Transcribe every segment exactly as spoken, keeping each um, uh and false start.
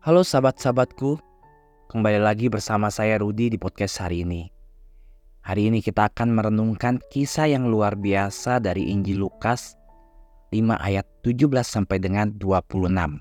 Halo sahabat-sahabatku, kembali lagi bersama saya Rudi di podcast hari ini. Hari ini kita akan merenungkan kisah yang luar biasa dari Injil Lukas lima ayat tujuh belas sampai dengan dua puluh enam.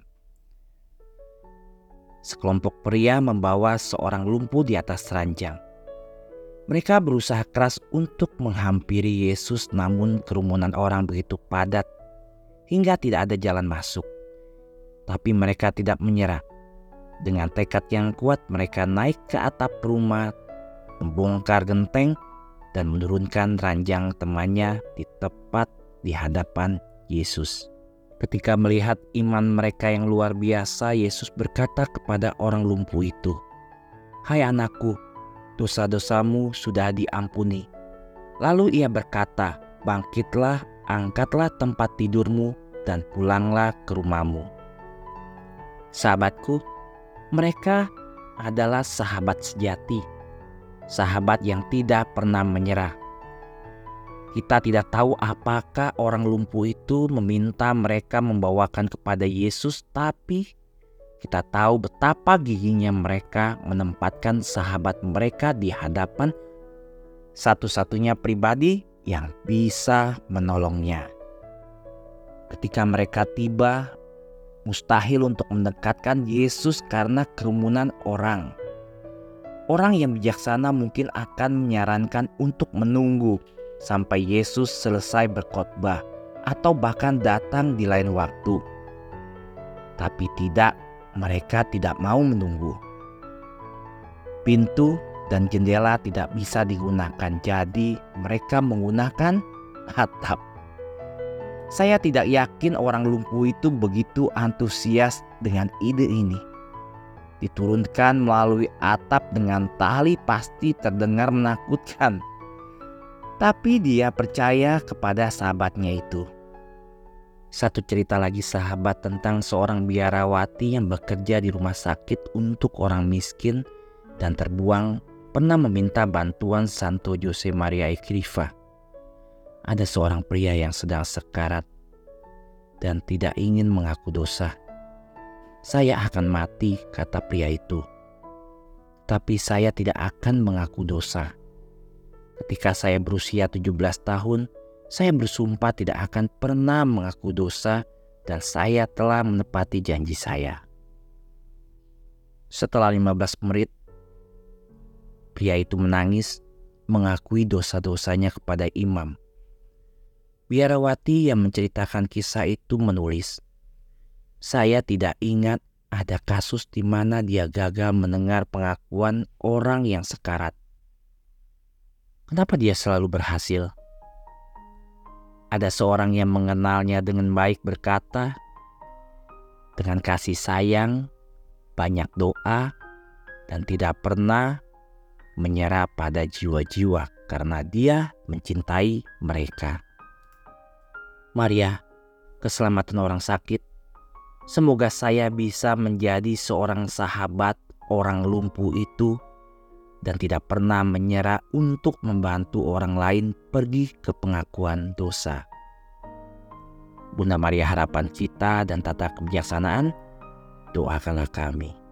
Sekelompok pria membawa seorang lumpuh di atas ranjang. Mereka berusaha keras untuk menghampiri Yesus, namun kerumunan orang begitu padat hingga tidak ada jalan masuk. Tapi mereka tidak menyerah. Dengan tekad yang kuat mereka naik ke atap rumah, membongkar genteng, dan menurunkan ranjang temannya di tepat di hadapan Yesus. Ketika melihat iman mereka yang luar biasa, Yesus berkata kepada orang lumpuh itu, "Hai anakku, dosa-dosamu sudah diampuni." Lalu ia berkata, "Bangkitlah, angkatlah tempat tidurmu, dan pulanglah ke rumahmu." Sahabatku, mereka adalah sahabat sejati, sahabat yang tidak pernah menyerah. Kita tidak tahu apakah orang lumpuh itu meminta mereka membawakan kepada Yesus, tapi kita tahu betapa giginya mereka menempatkan sahabat mereka di hadapan satu-satunya pribadi yang bisa menolongnya. Ketika mereka tiba, mustahil untuk mendekatkan Yesus karena kerumunan orang. Orang yang bijaksana mungkin akan menyarankan untuk menunggu sampai Yesus selesai berkhotbah atau bahkan datang di lain waktu. Tapi tidak, mereka tidak mau menunggu. Pintu dan jendela tidak bisa digunakan, jadi mereka menggunakan atap. Saya tidak yakin orang lumpuh itu begitu antusias dengan ide ini. Diturunkan melalui atap dengan tali pasti terdengar menakutkan. Tapi dia percaya kepada sahabatnya itu. Satu cerita lagi sahabat tentang seorang biarawati yang bekerja di rumah sakit untuk orang miskin dan terbuang pernah meminta bantuan Santo Jose Maria Escrivá. Ada seorang pria yang sedang sekarat dan tidak ingin mengaku dosa. "Saya akan mati," kata pria itu. "Tapi saya tidak akan mengaku dosa. Ketika saya berusia tujuh belas tahun, saya bersumpah tidak akan pernah mengaku dosa dan saya telah menepati janji saya." Setelah lima belas menit, pria itu menangis, mengakui dosa-dosanya kepada imam. Biarawati yang menceritakan kisah itu menulis, "Saya tidak ingat ada kasus di mana dia gagal mendengar pengakuan orang yang sekarat. Kenapa dia selalu berhasil?" Ada seorang yang mengenalnya dengan baik berkata, "Dengan kasih sayang, banyak doa, dan tidak pernah menyerah pada jiwa-jiwa karena dia mencintai mereka." Mari ya, keselamatan orang sakit. Semoga saya bisa menjadi seorang sahabat orang lumpuh itu dan tidak pernah menyerah untuk membantu orang lain pergi ke pengakuan dosa. Bunda Maria harapan kita dan tata kebijaksanaan, doakanlah kami.